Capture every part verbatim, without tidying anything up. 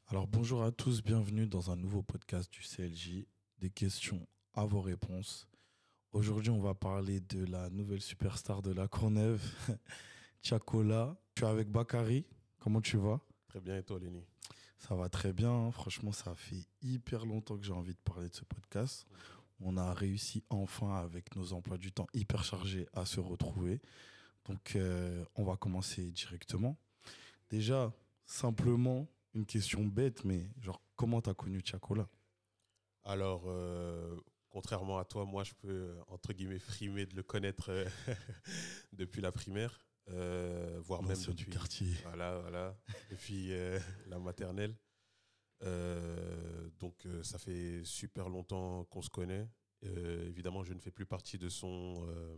Alors bonjour à tous, bienvenue dans un nouveau podcast du C L J, des questions à vos réponses. Aujourd'hui, on va parler de la nouvelle superstar de la Courneuve, Tiakola. Je suis avec Bakary, comment tu vas? Très bien, et toi, Lenny? Ça va très bien, hein. Franchement, ça fait hyper longtemps que j'ai envie de parler de ce podcast. On a réussi enfin, avec nos emplois du temps hyper chargés, à se retrouver. Donc, euh, on va commencer directement. Déjà, simplement, une question bête, mais genre, comment t'as connu Tiakola? Alors, euh, contrairement à toi, moi, je peux, euh, entre guillemets, frimer de le connaître euh, depuis la primaire, euh, voire même L'ancien du depuis, quartier. voilà, voilà, depuis euh, la maternelle. Euh, donc, euh, ça fait super longtemps qu'on se connaît. Euh, évidemment, je ne fais plus partie de son euh,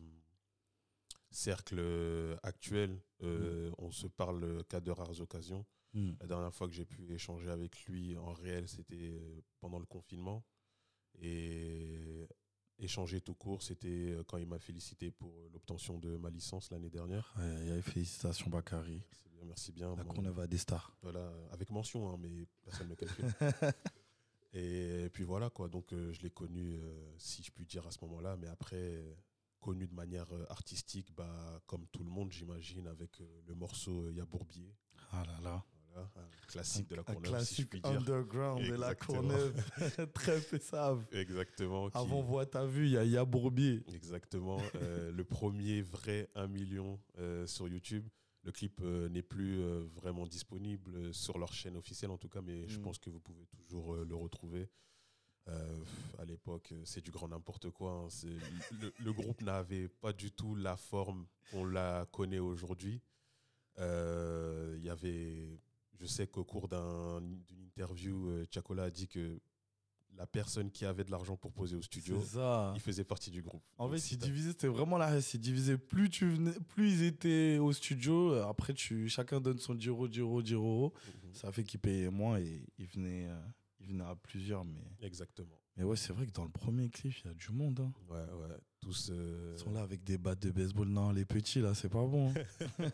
cercle actuel. Euh, On se parle qu'à de rares occasions. Hmm. La dernière fois que j'ai pu échanger avec lui en réel, c'était euh, pendant le confinement. Et échanger tout court, c'était euh, quand il m'a félicité pour euh, l'obtention de ma licence l'année dernière. Aïe, aïe, félicitations Bakary. C'est bien, merci bien. La Mon- Courneuve a des stars. Voilà, avec mention, hein, mais personne ne me calcule. Et puis voilà, quoi. Donc, euh, je l'ai connu, euh, si je puis dire, à ce moment-là. Mais après, euh, connu de manière euh, artistique, bah, comme tout le monde, j'imagine, avec euh, le morceau euh, Yabourbier. Ah là là. Voilà, un classique de la Un Courneuve, si je classique puis dire. underground de la Exactement. Courneuve. Très faisable. Exactement. qui- Avant Voix ta vue, il y a Yabourbier. Exactement. Euh, le premier vrai un million euh, sur YouTube. Le clip euh, n'est plus euh, vraiment disponible euh, sur leur chaîne officielle, en tout cas, mais je Mm. pense que vous pouvez toujours euh, le retrouver. Euh, à l'époque, euh, c'est du grand n'importe quoi, hein. C'est- Le, le groupe n'avait pas du tout la forme qu'on la connaît aujourd'hui. Euh, Il y avait, je sais qu'au cours d'un- d'une interview, euh, Tiakola a dit que la personne qui avait de l'argent pour poser au studio, C'est ça. il faisait partie du groupe. En Donc, fait, si ils t'as- divisaient, c'était vraiment la reste. Ils divisaient plus tu venais, plus ils étaient au studio. euh, Après, tu, chacun donne son dix euros, dix euros, dix euros. Mhm. Ça fait qu'ils payaient moins et ils venaient, euh, ils venaient à plusieurs. Mais, Exactement. mais ouais, c'est vrai que dans le premier clip, il y a du monde, hein. Ouais, ouais. Tous. euh, Ils sont là avec des battes de baseball. Non, les petits, là, c'est pas bon, hein.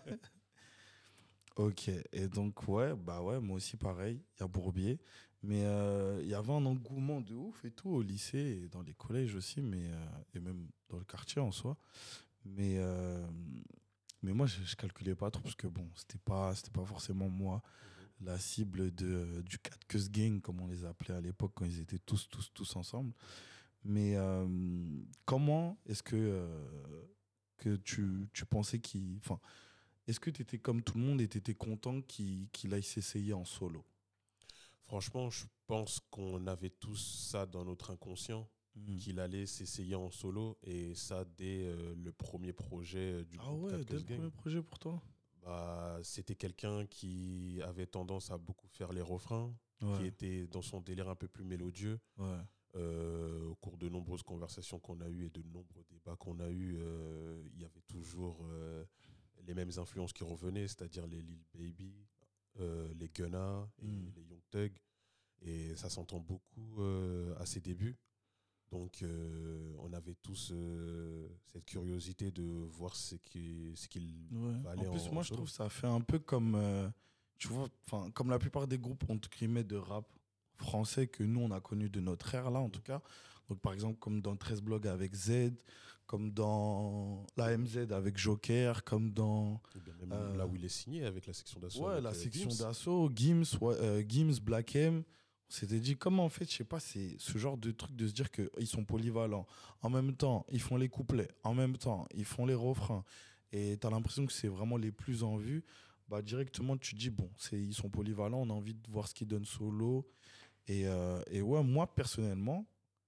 Ok, et donc, ouais, bah ouais, moi aussi, pareil, il y a Bourbier. Mais euh, il y avait un engouement de ouf et tout au lycée et dans les collèges aussi, mais, euh, et même dans le quartier en soi. Mais, euh, mais moi, je, je calculais pas trop parce que bon, c'était pas, c'était pas forcément moi la cible de, du Cat Cuss Gang, comme on les appelait à l'époque quand ils étaient tous, tous, tous ensemble. Mais euh, comment est-ce que, euh, que tu, tu pensais qu'il. Enfin, est-ce que tu étais comme tout le monde et tu étais content qu'il qu'il aille s'essayer en solo? Franchement, je pense qu'on avait tous ça dans notre inconscient, Hmm. qu'il allait s'essayer en solo, et ça dès euh, le premier projet euh, du Ah groupe ouais, Cat dès le Cuss Gang. premier projet pour toi? Bah, c'était quelqu'un qui avait tendance à beaucoup faire les refrains, qui Ouais, était dans son délire un peu plus mélodieux. ouais. Euh, au cours de nombreuses conversations qu'on a eues et de nombreux débats qu'on a eus, euh, il y avait toujours euh, les mêmes influences qui revenaient, c'est-à-dire les Lil Baby, euh, les Gunna et Mm. les Young Thug. Et ça s'entend beaucoup euh, à ses débuts. Donc, euh, on avait tous euh, cette curiosité de voir ce qui- ce qu'il Ouais. va aller En en, plus, en moi, je solo. trouve que ça fait un peu comme, euh, tu vois, enfin, comme la plupart des groupes, entre guillemets, de rap français que nous, on a connu de notre ère, là, en tout cas. Donc, par exemple, comme dans treize blogs avec Z, comme dans la M Z avec Joker, comme dans Et bien même Euh, là où il est signé avec la section d'assaut. ouais, avec, la euh, section Gims. d'assaut, Gims, ouais, euh, Gims, Black M. On s'était dit, comment en fait, je sais pas, c'est ce genre de truc de se dire qu'ils sont polyvalents. En même temps, ils font les couplets. En même temps, ils font les refrains. Et tu as l'impression que c'est vraiment les plus en vue. Bah, directement, tu te dis, bon, c'est, ils sont polyvalents, on a envie de voir ce qu'ils donnent solo. Et, euh, et ouais, moi, personnellement,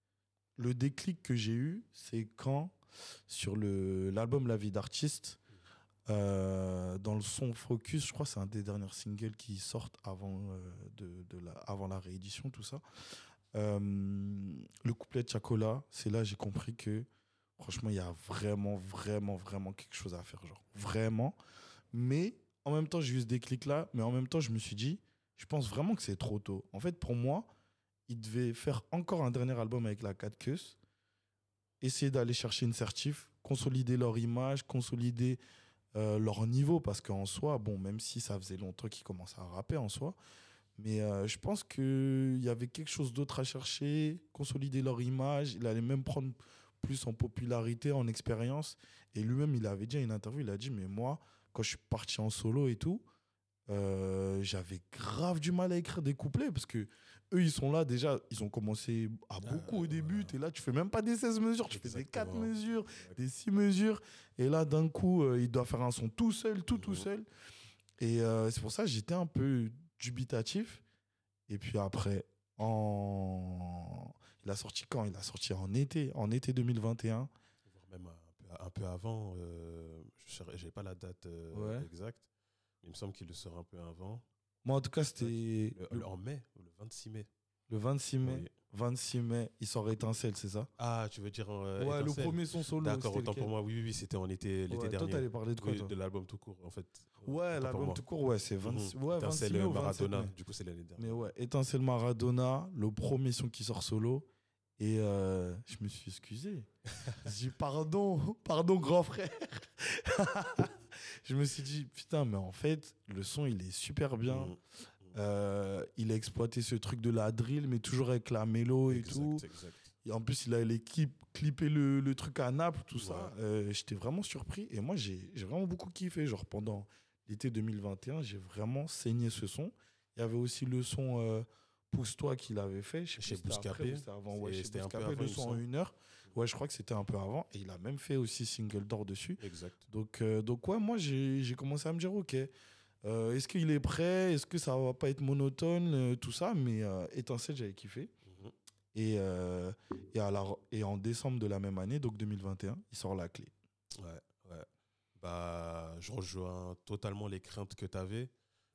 le déclic que j'ai eu, c'est quand, sur le, l'album La vie d'artiste, euh, dans le son Focus, je crois que c'est un des derniers singles qui sortent avant, euh, de, de la, avant la réédition, tout ça. Euh, le couplet de Chacola, c'est là que j'ai compris que franchement, il y a vraiment, vraiment, vraiment quelque chose à faire. Genre, vraiment. Mais en même temps, j'ai eu ce déclic-là, mais en même temps, je me suis dit, je pense vraiment que c'est trop tôt. En fait, pour moi, il devait faire encore un dernier album avec la Cat Cuss, essayer d'aller chercher une certif, consolider leur image, consolider euh, leur niveau, parce qu'en soi, bon, même si ça faisait longtemps qu'ils commençaient à rapper en soi, Mais euh, je pense qu'il y avait quelque chose d'autre à chercher, consolider leur image. Il allait même prendre plus en popularité, en expérience. Et lui-même, il avait dit à une interview, il a dit, mais moi, quand je suis parti en solo et tout, euh, j'avais grave du mal à écrire des couplets parce que eux, ils sont là déjà, ils ont commencé à beaucoup Ah, au début. voilà. Tu es là, tu fais même pas des seize mesures, tu fais des quatre Exactement. mesures, Exact. des six mesures. Et là, d'un coup, euh, il doit faire un son tout seul, tout, tout Mhm. seul. Et euh, c'est pour ça que j'étais un peu dubitatif. Et puis après, en... il a sorti quand? Il a sorti en été, en été deux mille vingt et un. Voire même un peu, un peu avant, euh, je n'ai pas la date euh, Ouais. exacte, mais il me semble qu'il le sort un peu avant. Moi, en tout cas, c'était Le- le, le- en mai, le vingt-six mai. le vingt-six mai. Oui. vingt-six mai, il sort Étincelle, c'est ça? Ah, tu veux dire euh, Ouais, le Étincelle. premier son solo. D'accord, c'était autant lequel? pour moi. Oui, oui, oui, c'était en été, l'été Ouais, toi, dernier. t'allais parler de quoi, Oui, toi? de l'album tout court, en fait. Ouais, Autant pour l'album moi. tout court, ouais, c'est vingt-six, Mhm. ouais, vingt-six Étincelle mai ou vingt-sept Maradona, mai. du coup, c'est l'année dernière. Mais ouais, Étincelle Maradona, le premier son qui sort solo. Et euh, je me suis excusé. J'ai dit pardon, pardon grand frère. Je me suis dit, putain, mais en fait, le son, il est super bien. Mhm. Euh, il a exploité ce truc de la drill, mais toujours avec la mélo et Exact, tout. exact. Et en plus, il a l'équipe clippé le, le truc à Naples, tout ça. Ouais. Euh, J'étais vraiment surpris. Et moi, j'ai j'ai vraiment beaucoup kiffé. Genre, pendant l'été deux mille vingt et un, j'ai vraiment saigné ce son. Il y avait aussi le son euh, Pousse-toi qu'il avait fait. Je sais Chez plus si c'était après Bouscapé. ou c'était avant. Ouais, C'est- chez c'était un peu Bouscapé, avant, le il me son en semble. une heure. Ouais, je crois que c'était un peu avant. Et il a même fait aussi single d'or dessus. Exact. Donc, euh, donc ouais, moi, j'ai j'ai commencé à me dire, OK, euh, est-ce qu'il est prêt? Est-ce que ça va pas être monotone? euh, Tout ça. Mais euh, Étincelle, j'avais kiffé. Mhm. Et, euh, et, à la- et en décembre de la même année, donc deux mille vingt et un, il sort La Clé. Ouais, ouais. Bah, je rejoins totalement les craintes que tu avais.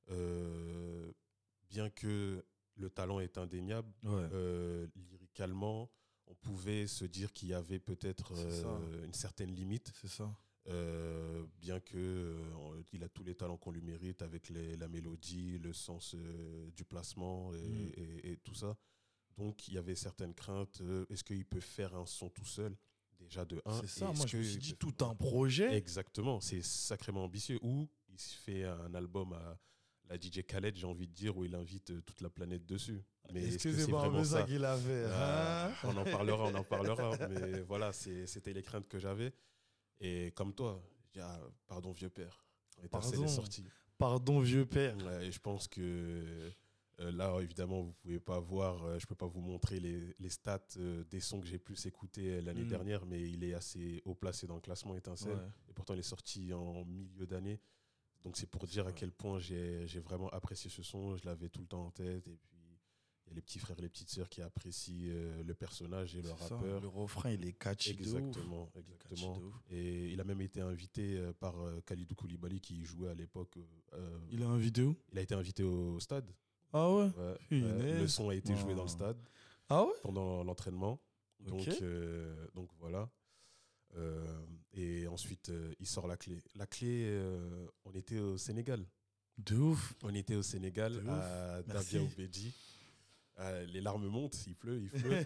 Euh, bien que le talent est indéniable, Ouais. euh, lyricalement, on pouvait se dire qu'il y avait peut-être C'est ça. euh, une certaine limite. C'est ça. Euh, bien que euh, il a tous les talents qu'on lui mérite avec les- la mélodie, le sens euh, du placement et, Mm. et- et tout ça. Donc il y avait certaines craintes. euh, Est-ce qu'il peut faire un son tout seul? Déjà de un. C'est ça. et Moi, est-ce je me que suis il dit, peut- tout un projet. Exactement, c'est sacrément ambitieux. Ou il se fait un album à la D J Khaled, j'ai envie de dire, où il invite euh, toute la planète dessus. Mais est-ce, Est-ce que, que c'est c'est pas un vraiment peu ça ça? qu'il a fait? Ah, hein on en parlera, on en parlera. Mais voilà, c'est- c'était les craintes que j'avais. Et comme toi, je dis, ah, pardon vieux père, Étincelle Pardon. est sorti. Pardon, vieux père. Ouais, et je pense que euh, là, évidemment, vous pouvez pas voir, euh, je peux pas vous montrer les, les stats euh, des sons que j'ai plus écoutés euh, l'année Mm. dernière, mais il est assez haut placé dans le classement Étincelle. Ouais. Et pourtant, il est sorti en milieu d'année. Donc, c'est pour dire à vrai. quel point j'ai j'ai vraiment apprécié ce son. Je l'avais tout le temps en tête. Et puis, il y a les petits frères et les petites sœurs qui apprécient euh, le personnage et le C'est ça. rappeur. Le refrain, il est catchy de ouf. Exactement, Il est catchy exactement. de ouf. Et il a même été invité euh, par euh, Khalidou Koulibaly qui jouait à l'époque. euh, Il a un vidéo? il a été invité au stade. Ah ouais? Ouais, Punaise. ouais. Le son a été joué dans le Non. stade Ah ouais? pendant l'entraînement. Donc, Ok. euh, donc voilà. Euh, et ensuite, euh, il sort La Clé. La Clé, euh, on était au Sénégal. De ouf. On était au Sénégal, De ouf. à Merci. Dabia Oubedji. Euh, les larmes montent, il pleut, il pleut.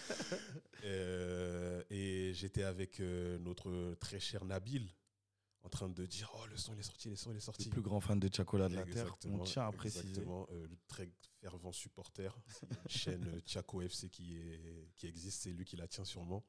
Euh, et j'étais avec euh, notre très cher Nabil, en train de dire oh le son il est sorti, le son il est sorti. Le plus grand fan de Chacola de la Terre, Exactement, on tient à préciser. exactement. Euh, le très fervent supporter. Il y a une chaîne euh, Chaco F C qui, est, qui existe, c'est lui qui la tient sûrement.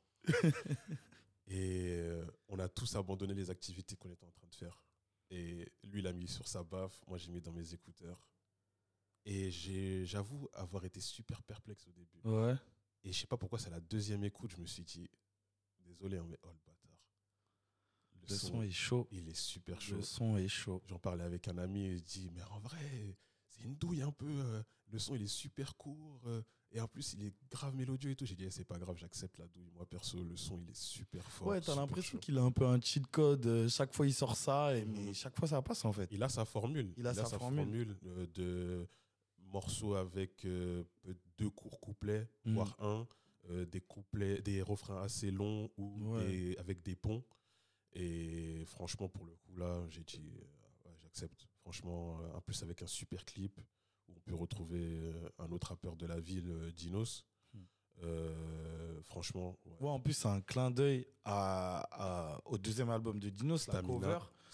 Et euh, on a tous abandonné les activités qu'on était en train de faire. Et lui, il a mis sur sa baffe, moi j'ai mis dans mes écouteurs. Et j'ai- j'avoue avoir été super perplexe au début. Ouais. Et je sais pas pourquoi, c'est la deuxième écoute, je me suis dit, désolé, hein, mais oh le bâtard. Le son est chaud. il est super chaud. Le son est chaud. J'en parlais avec un ami et je dis, mais en vrai, c'est une douille un peu. euh, le son, il est super court. euh, et en plus, il est grave mélodieux et tout. J'ai dit, eh, c'est pas grave, j'accepte la douille. Moi, perso, le son, il est super fort. Ouais, t'as super l'impression chaud. qu'il a un peu un cheat code. euh, Chaque fois, il sort ça, et, mais Mhm. chaque fois, ça passe en fait. Il a sa formule. Il a sa formule. euh, de morceaux avec euh, deux courts couplets, Mm. voire un. euh, des couplets, des refrains assez longs ou Ouais. des- avec des ponts. Et franchement, pour le coup, là, j'ai dit, euh, ouais, j'accepte. Franchement, euh, en plus avec un super clip où on peut retrouver euh, un autre rappeur de la ville, euh, Dinos. Hmm. Euh, franchement, ouais. Ouais, en plus, c'est un clin d'œil à, à- au deuxième album de Dinos, la Stamina. cover.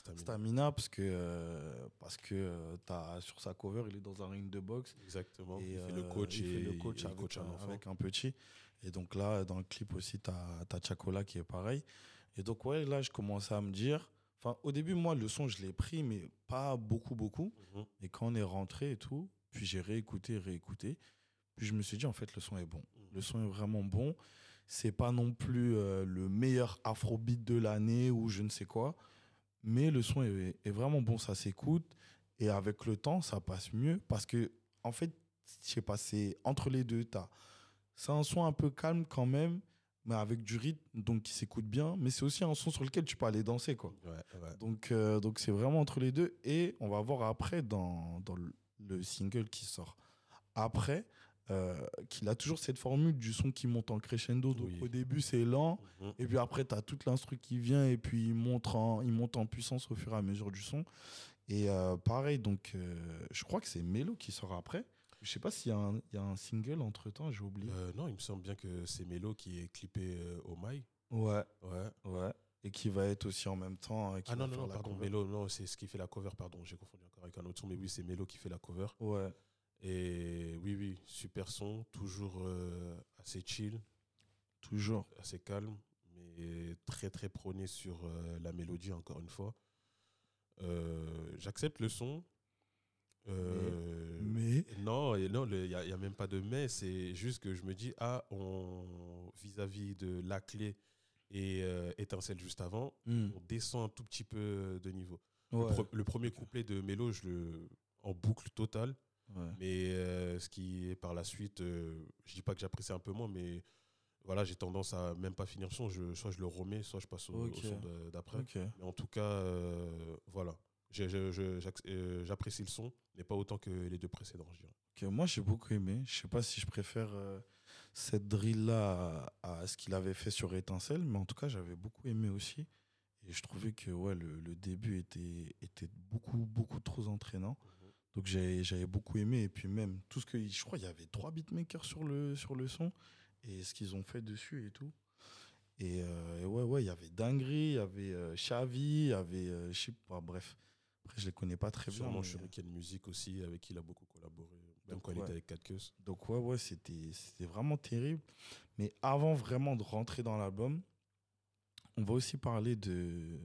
Stamina. Stamina, parce que, euh, parce que euh, t'as, sur sa cover, il est dans un ring de boxe. Exactement. Et, il fait euh, le coach il et fait le coach, et il avec, coach un un, enfant. avec un petit. Et donc là, dans le clip aussi, t'as, t'as Chacola qui est pareil. Et donc, ouais, là, je commençais à me dire. Enfin, au début, moi, le son, je l'ai pris, mais pas beaucoup, beaucoup. Mhm. Et quand on est rentré et tout, puis j'ai réécouté, réécouté. Puis je me suis dit, en fait, le son est bon. Le son est vraiment bon. C'est pas non plus euh, le meilleur afrobeat de l'année ou je ne sais quoi. Mais le son est, est vraiment bon, ça s'écoute. Et avec le temps, ça passe mieux. Parce que, en fait, je sais pas, c'est entre les deux. T'as, c'est un son un peu calme quand même, mais avec du rythme, donc qui s'écoute bien. Mais c'est aussi un son sur lequel tu peux aller danser, quoi. Ouais, ouais. Donc, euh, donc c'est vraiment entre les deux. Et on va voir après dans, dans le, le single qui sort après, euh, qu'il a toujours cette formule du son qui monte en crescendo. Donc Oui. au début, c'est lent. Mhm. Et puis après, tu as toute l'instru qui vient et puis il monte, en, il monte en puissance au fur et à mesure du son. Et euh, pareil, donc euh, je crois que c'est Mélo qui sort après. Je sais pas s'il y, a un- il y a un single entre temps, j'ai oublié. Euh, non, il me semble bien que c'est Mélo qui est clippé euh, au Maï. Ouais, Ouais. ouais. Et qui va être aussi en même temps. euh, qui Ah va non, non, faire non, la pardon, cover. Mélo, non, c'est ce qui fait la cover, pardon, j'ai confondu encore avec un autre son, mais oui, c'est Mélo qui fait la cover. Ouais, Et oui, oui, super son, toujours euh, assez chill, toujours. assez calme, mais très, très prôné sur euh, la mélodie, encore une fois. Euh, J'accepte le son. Euh, Mais. Non, et non, il n'y a, y a même pas de mais, c'est juste que je me dis, ah, on, vis-à-vis de La Clé et euh, Étincelle juste avant, Hmm. on descend un tout petit peu de niveau. Le, Ouais. pro- le premier Ok. couplet de Mélo, je le en boucle totale, Ouais. mais euh, ce qui est par la suite, euh, je dis pas que j'apprécie un peu moins, mais voilà, j'ai tendance à même pas finir le son, je, soit je le remets, soit je passe au, au Ok. son de- d'après. Ok. Mais en tout cas, euh, voilà. J'ai- je- je- j'ac- euh, J'apprécie le son, mais pas autant que les deux précédents, je dirais. Ok, moi, j'ai beaucoup aimé. Je sais pas si je préfère euh, cette drill-là à, à ce qu'il avait fait sur Étincelle, mais en tout cas, j'avais beaucoup aimé aussi. Et je trouvais que ouais, le, le début était, était beaucoup, beaucoup trop entraînant. Donc, j'ai- j'avais beaucoup aimé. Et puis, même, tout ce que. Je crois qu'il y avait trois beatmakers sur le, sur le son. Et ce qu'ils ont fait dessus et tout. Et, euh, et ouais, ouais, il y avait Dinguerie, il y avait euh, Xavi, il y avait. euh, je sais pas, bref. Après, je les connais pas très bien. Sûrement mais, euh, Shuriken Music aussi, avec qui il a beaucoup collaboré, même donc, quand il ouais. était avec quatre Queues. Donc ouais, ouais, c'était, c'était vraiment terrible. Mais avant vraiment de rentrer dans l'album, on va aussi parler de,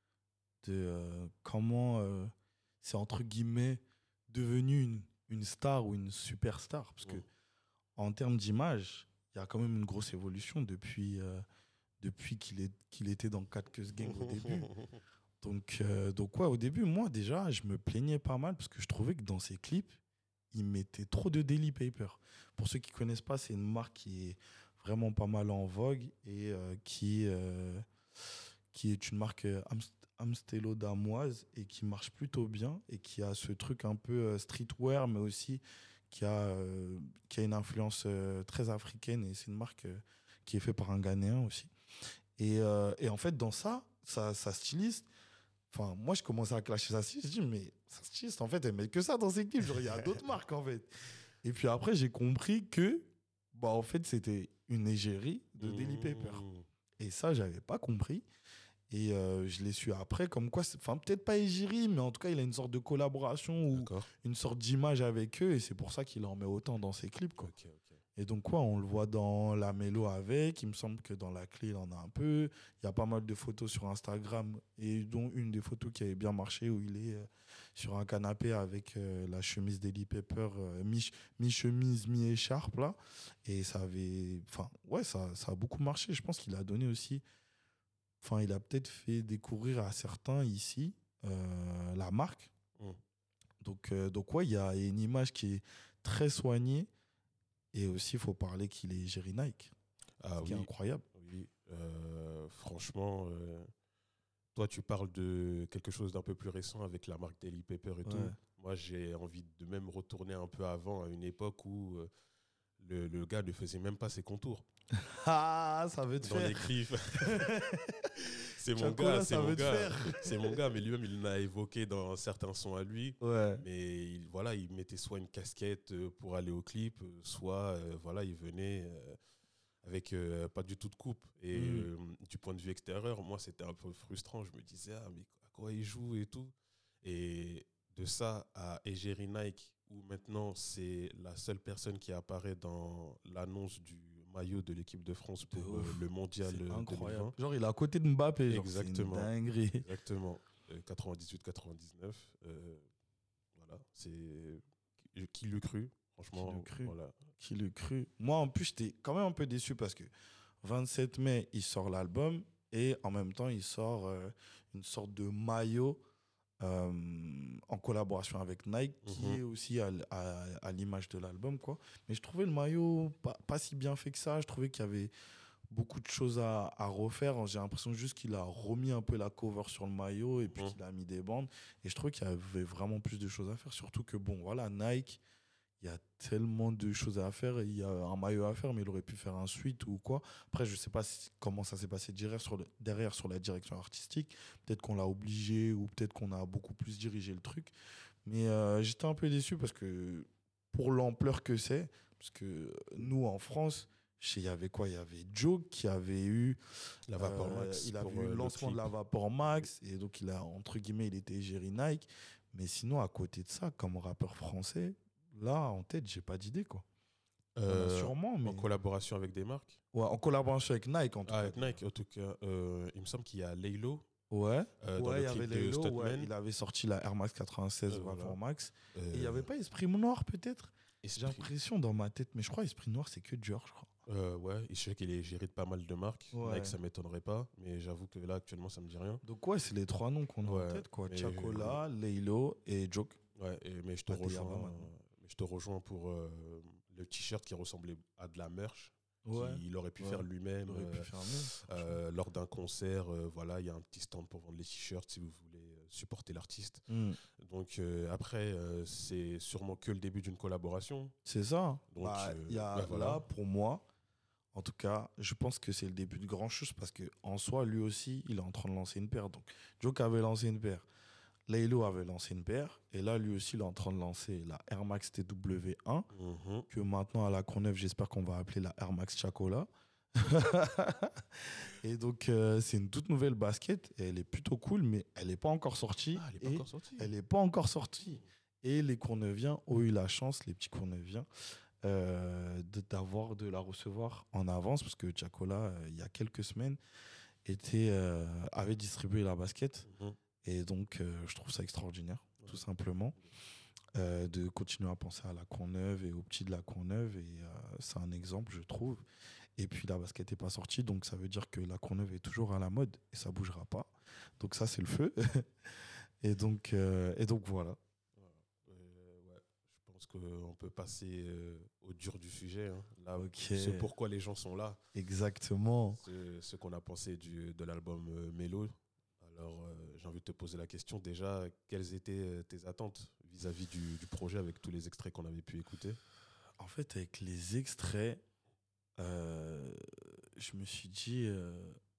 de euh, comment euh, c'est entre guillemets devenu une, une star ou une superstar. Parce que Mm. en termes d'image, il y a quand même une grosse évolution depuis, euh, depuis qu'il, est, qu'il était dans quatre Queues Gang au début. Donc, euh, donc ouais, au début, moi déjà, je me plaignais pas mal parce que je trouvais que dans ses clips, il mettait trop de Daily Paper. Pour ceux qui connaissent pas, c'est une marque qui est vraiment pas mal en vogue et euh, qui, euh, qui est une marque euh, Amst- Amstello damoise et qui marche plutôt bien et qui a ce truc un peu euh, streetwear, mais aussi qui a, euh, qui a une influence euh, très africaine et c'est une marque euh, qui est faite par un Ghanéen aussi. Et, euh, et en fait, dans ça, sa, sa styliste, enfin, moi, je commençais à clasher sa styliste. Je dis, mais sa styliste, en fait, elle met que ça dans ses clips. Genre, il y a d'autres marques, en fait. Et puis après, j'ai compris que, bah, en fait, c'était une égérie de Daily Paper. Mm. Et ça, j'avais pas compris. Et euh, je l'ai su après, comme quoi, c'est- enfin, peut-être pas égérie, mais en tout cas, il a une sorte de collaboration ou D'accord. une sorte d'image avec eux. Et c'est pour ça qu'il en met autant dans ses clips, quoi. Ok, ok. Et donc, quoi, on le voit dans la mélo avec. Il me semble que dans la clé, il en a un peu. Il y a pas mal de photos sur Instagram, et dont une des photos qui avait bien marché, où il est euh, sur un canapé avec euh, la chemise Daily Paper, euh, mi- mi-chemise, mi-écharpe, là. Et ça avait. Enfin, ouais, ça, ça a beaucoup marché. Je pense qu'il a donné aussi. Enfin, il a peut-être fait découvrir à certains ici euh, la marque. Mm. Donc, euh, donc ouais, il y a une image qui est très soignée. Et aussi, il faut parler qu'il est Jerry Nike, Ah ce qui est oui, incroyable. oui. Euh, franchement, euh, toi, tu parles de quelque chose d'un peu plus récent avec la marque Daily Paper et Ouais. tout. Moi, j'ai envie de même retourner un peu avant, à une époque où euh, le, le gars ne faisait même pas ses contours Ah, ça veut te dans les faire. clips. C'est mon Chacola, gars, c'est ça mon veut te gars. faire. C'est mon gars, mais lui-même, il l'a évoqué dans certains sons à lui. Ouais. Mais il, voilà, il mettait soit une casquette euh, pour aller au clip, euh, soit euh, voilà, il venait euh, avec euh, pas du tout de coupe. Et Mm. euh, du point de vue extérieur, moi, c'était un peu frustrant. Je me disais, ah, mais à quoi il joue et tout. Et de ça à égérie Nike, où maintenant c'est la seule personne qui apparaît dans l'annonce du maillot de l'équipe de France pour euh, le mondial C'est deux mille incroyable. vingt. Genre, il est à côté de Mbappé. Genre, Exactement. C'est une dinguerie. Exactement. Euh, quatre-vingt-dix-huit quatre-vingt-dix-neuf. Euh, voilà. C'est... Qui l'eût cru? Franchement, Qui l'eût cru? voilà. Qui l'eût cru? Moi, en plus, j'étais quand même un peu déçu parce que vingt-sept mai, il sort l'album et en même temps, il sort euh, une sorte de maillot euh, en collaboration avec Nike qui Mhm. est aussi à, l- à- à l'image de l'album, quoi. Mais je trouvais le maillot pas, pas si bien fait que ça. Je trouvais qu'il y avait beaucoup de choses à, à refaire. J'ai l'impression juste qu'il a remis un peu la cover sur le maillot et puis Mhm. qu'il a mis des bandes. Et je trouvais qu'il y avait vraiment plus de choses à faire. Surtout que, bon, voilà, Nike, il y a tellement de choses à faire. Il y a un maillot à faire, mais il aurait pu faire un suite ou quoi. Après, je sais pas si- comment ça s'est passé derrière sur, le- derrière sur la direction artistique. Peut-être qu'on l'a obligé ou peut-être qu'on a beaucoup plus dirigé le truc. Mais euh, j'étais un peu déçu parce que pour l'ampleur que c'est, parce que nous en France, je sais, il y avait quoi? Il y avait Joe qui avait eu La Vapor euh, Max. il a pour, vu euh, le le lancement de clip. la Vapor Max et donc il a entre guillemets il était égérie Nike. Mais sinon à côté de ça, comme rappeur français, là en tête j'ai pas d'idée quoi. Il y en a Euh, sûrement, mais En collaboration avec des marques. ouais, en collaboration avec Nike en tout Ah, cas. avec Nike, en tout cas. Euh, il me semble qu'il y a Laylo. Ouais. Euh, dans Ouais, le il y avait clip de Laylo, ouais, Stuntman. il avait sorti la Air Max quatre-vingt-seize Euh, Vapor voilà. Max. Euh, Et il y avait pas Esprit Noir peut-être? J'ai Esprit. l'impression dans ma tête, mais je crois Esprit Noir c'est que Dior, je crois. Euh, ouais, je sais qu'il est géré de pas mal de marques. Ouais. Nike, ça m'étonnerait pas. Mais j'avoue que là, actuellement, ça me dit rien. Donc ouais, c'est les trois noms qu'on a Ouais, en tête quoi. mais- Chacola, Laylo et Joke. Ouais, et- mais je te Pas Deyaba, rejoins. maintenant. Mais je te rejoins pour euh, le t-shirt qui ressemblait à de la merch. Ouais. Qu'il aurait pu Ouais. faire lui-même. Il aurait pu euh, faire mieux. euh, lors d'un concert, euh, voilà, il y a un petit stand pour vendre les t-shirts si vous voulez euh, supporter l'artiste. Hmm. Donc euh, après, euh, c'est sûrement que le début d'une collaboration. C'est ça. Donc, Bah, euh, il y a, bah, voilà. là, pour moi, en tout cas, je pense que c'est le début de grand chose parce qu'en soi, lui aussi, il est en train de lancer une paire. Donc, Joke avait lancé une paire. Laylo avait lancé une paire. Et là, lui aussi, il est en train de lancer la Air Max T W un. Mhm. Que maintenant, à la Courneuve, j'espère qu'on va appeler la Air Max Chacola. Et donc, euh, c'est une toute nouvelle basket. Et elle est plutôt cool, mais elle n'est pas encore sortie. Ah, elle est pas Et encore sortie. Elle n'est pas encore sortie. Et les Courneuviens ont eu la chance, les petits Courneuviens, euh, de, d'avoir, de la recevoir en avance, parce que Chacola, euh, il y a quelques semaines, était, euh, avait distribué la basket. Mhm. Et donc, euh, je trouve ça extraordinaire, tout simplement, euh, de continuer à penser à la Courneuve et aux petits de la Courneuve. Et euh, c'est un exemple, je trouve. Et puis, la basket n'est pas sortie, donc ça veut dire que la Courneuve est toujours à la mode et ça ne bougera pas. Donc, ça, c'est le feu. et, donc, euh, et donc, voilà. Euh, ouais, je pense qu'on peut passer euh, au dur du sujet. Hein. Là, Ok. c'est pourquoi les gens sont là. Exactement. C'est ce qu'on a pensé du, de l'album euh, Mélo. Alors, euh, j'ai envie de te poser la question. Déjà, quelles étaient euh, tes attentes vis-à-vis du, du projet avec tous les extraits qu'on avait pu écouter? En fait, avec les extraits, euh, je me suis dit, euh,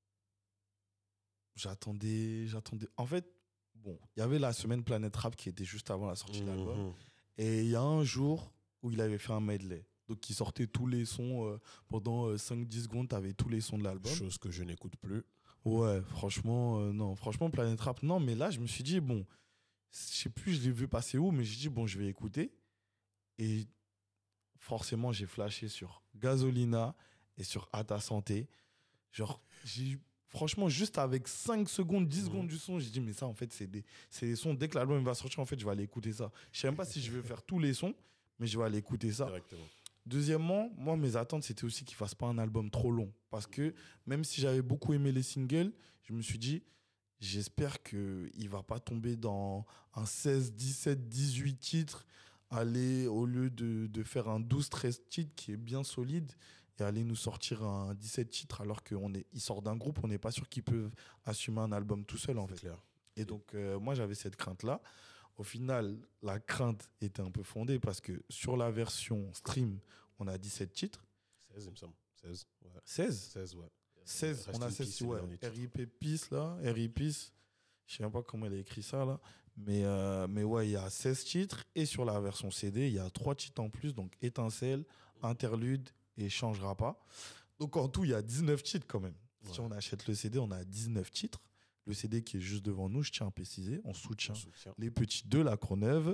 j'attendais, j'attendais. En fait, bon, il y avait la semaine Planète Rap qui était juste avant la sortie de l'album. Mhm. Et il y a un jour où il avait fait un medley. Donc, il sortait tous les sons euh, pendant euh, cinq dix secondes, tu avais tous les sons de l'album. Chose que je n'écoute plus. Ouais, franchement, euh, non. Franchement, Planète Rap, non. Mais là, je me suis dit, bon, je sais plus, je l'ai vu passer où, mais j'ai dit, bon, je vais écouter. Et forcément, j'ai flashé sur Gasolina et sur À ta santé. Genre, j'ai franchement, juste avec cinq secondes, dix Mhm. secondes du son, j'ai dit, mais ça, en fait, c'est des, c'est des sons. Dès que l'album va sortir, en fait, je vais aller écouter ça. Je sais même pas si je vais faire tous les sons, mais je vais aller écouter ça. Directement. Deuxièmement, moi, mes attentes, c'était aussi qu'il fasse pas un album trop long. Parce que même si j'avais beaucoup aimé les singles, je me suis dit, j'espère qu'il ne va pas tomber dans un seize, dix-sept, dix-huit titres, aller au lieu de, de faire un douze, treize titres qui est bien solide et aller nous sortir un dix-sept titres alors qu'il sort d'un groupe, on n'est pas sûr qu'ils peuvent assumer un album tout seul en C'est fait. clair. Et donc, euh, moi, j'avais cette crainte-là. Au final, la crainte était un peu fondée parce que sur la version stream, on a dix-sept titres. seize, il me semble. seize, ouais. seize seize, ouais. seize, Rest on a in seize, peace, c'est ouais. le dernier titre. R I P Peace, là. R I P Peace. Je sais même pas comment elle a écrit ça, là. Mais, euh, mais ouais, il y a seize titres. Et sur la version C D, il y a trois titres en plus. Donc, Étincelle, Interlude et Changera pas. Donc, en tout, il y a dix-neuf titres quand même. Si Ouais. on achète le C D, on a dix-neuf titres. Le C D qui est juste devant nous, je tiens à préciser, on soutient On soutient. les petits de la Croneuve.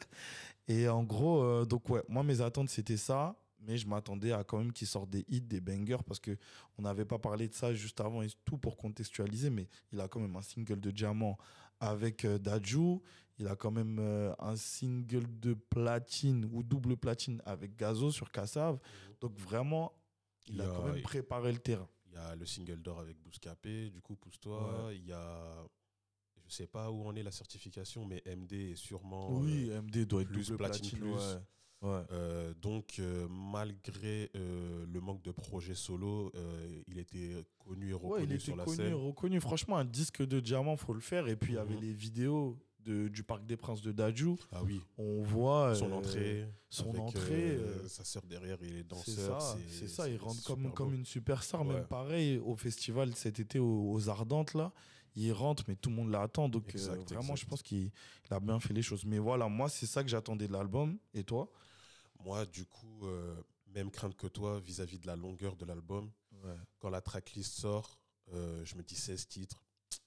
Et en gros, euh, donc ouais, moi mes attentes c'était ça, mais je m'attendais à quand même qu'ils sortent des hits, des bangers, parce que on n'avait pas parlé de ça juste avant et tout pour contextualiser, mais il a quand même un single de diamant avec euh, Dadju, il a quand même euh, un single de platine ou double platine avec Gazo sur Kassav, Mhm. donc vraiment, il, Il y a a- quand même préparé le terrain. Il y a le single d'or avec Bouscapé, du coup, Pousse-toi. Il y a, je sais pas où en est la certification, mais M D est sûrement Oui, euh, M D doit être plus double platine platine, plus. ouais. Ouais. Euh, donc, euh, malgré euh, le manque de projets solo, euh, il était connu et Ouais, reconnu il était sur la connu, scène. reconnu. Franchement, un disque de diamant, faut le faire. Et puis, il y avait Mhm. les vidéos de, du Parc des Princes de Dadju. Ah oui, On voit son euh, entrée, son avec entrée. euh, euh, sa sœur derrière et les c'est danseurs, ça, c'est c'est ça. Il c'est rentre comme, super comme beau. une superstar. Ouais. Même pareil, au festival cet été aux, aux Ardentes, là. Il rentre, mais tout le monde l'attend. Donc, euh, Exact, vraiment, je exact. pense qu'il il a bien fait les choses. Mais voilà, moi, c'est ça que j'attendais de l'album. Et toi? Moi, du coup, euh, même crainte que toi vis-à-vis de la longueur de l'album. Ouais. Quand la tracklist sort, euh, je me dis seize titres,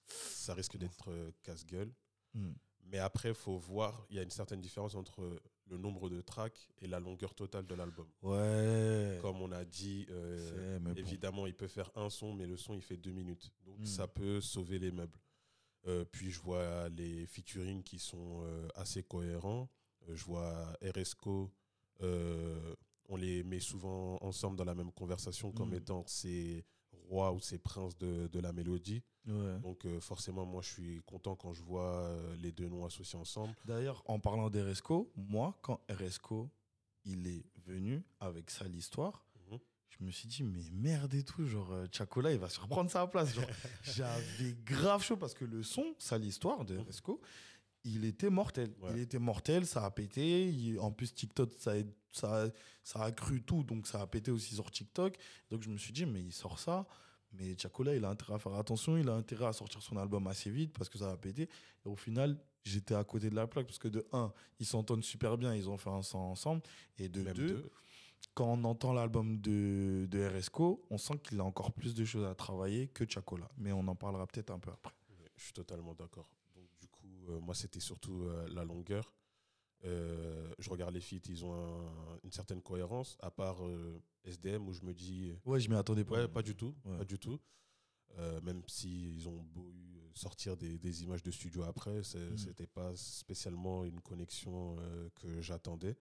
ça risque d'être euh, casse-gueule. Hmm. Mais après, il faut voir, il y a une certaine différence entre le nombre de tracks et la longueur totale de l'album. Ouais. Comme on a dit, euh, C'est- mais bon. évidemment, il peut faire un son, mais le son, il fait deux minutes. Donc, Mm. ça peut sauver les meubles. Euh, puis, je vois les featuring qui sont euh, assez cohérents. Euh, je vois R S C O, euh, on les met souvent ensemble dans la même conversation comme Mm. étant ces rois ou ces princes de, de la mélodie. Ouais. Donc, euh, forcément, moi, je suis content quand je vois euh, les deux noms associés ensemble. D'ailleurs, en parlant d'Eresco, moi, quand Eresco il est venu avec ça l'histoire, Mhm. je me suis dit, mais merde et tout, genre, euh, Chacola, il va se reprendre sa place. Genre, j'avais grave chaud parce que le son, ça l'histoire de Eresco, il était mortel. Ouais. Il était mortel, ça a pété. Il- en plus, TikTok, ça a, ça, a, ça a cru tout, donc ça a pété aussi sur TikTok. Donc je me suis dit, mais il sort ça. Mais Chacola, il a intérêt à faire attention, il a intérêt à sortir son album assez vite parce que ça va péter. Et au final, j'étais à côté de la plaque parce que de un, ils s'entendent super bien, ils ont fait un son ensemble. Et de Même deux, deux. quand on entend l'album de, de R S C O, on sent qu'il a encore plus de choses à travailler que Chacola. Mais on en parlera peut-être un peu après. Ouais, je suis totalement d'accord. Donc, du coup, euh, moi, c'était surtout euh, la longueur. Euh, je regarde les feats, ils ont un- une certaine cohérence, à part euh, S D M où je me dis, Ouais, je m'y attendais pas. ouais, pas du tout, Ouais. pas du tout. Euh, même s'ils ont beau eu sortir des, des images de studio après, c'est- Mm. c'était pas spécialement une connexion euh, que j'attendais.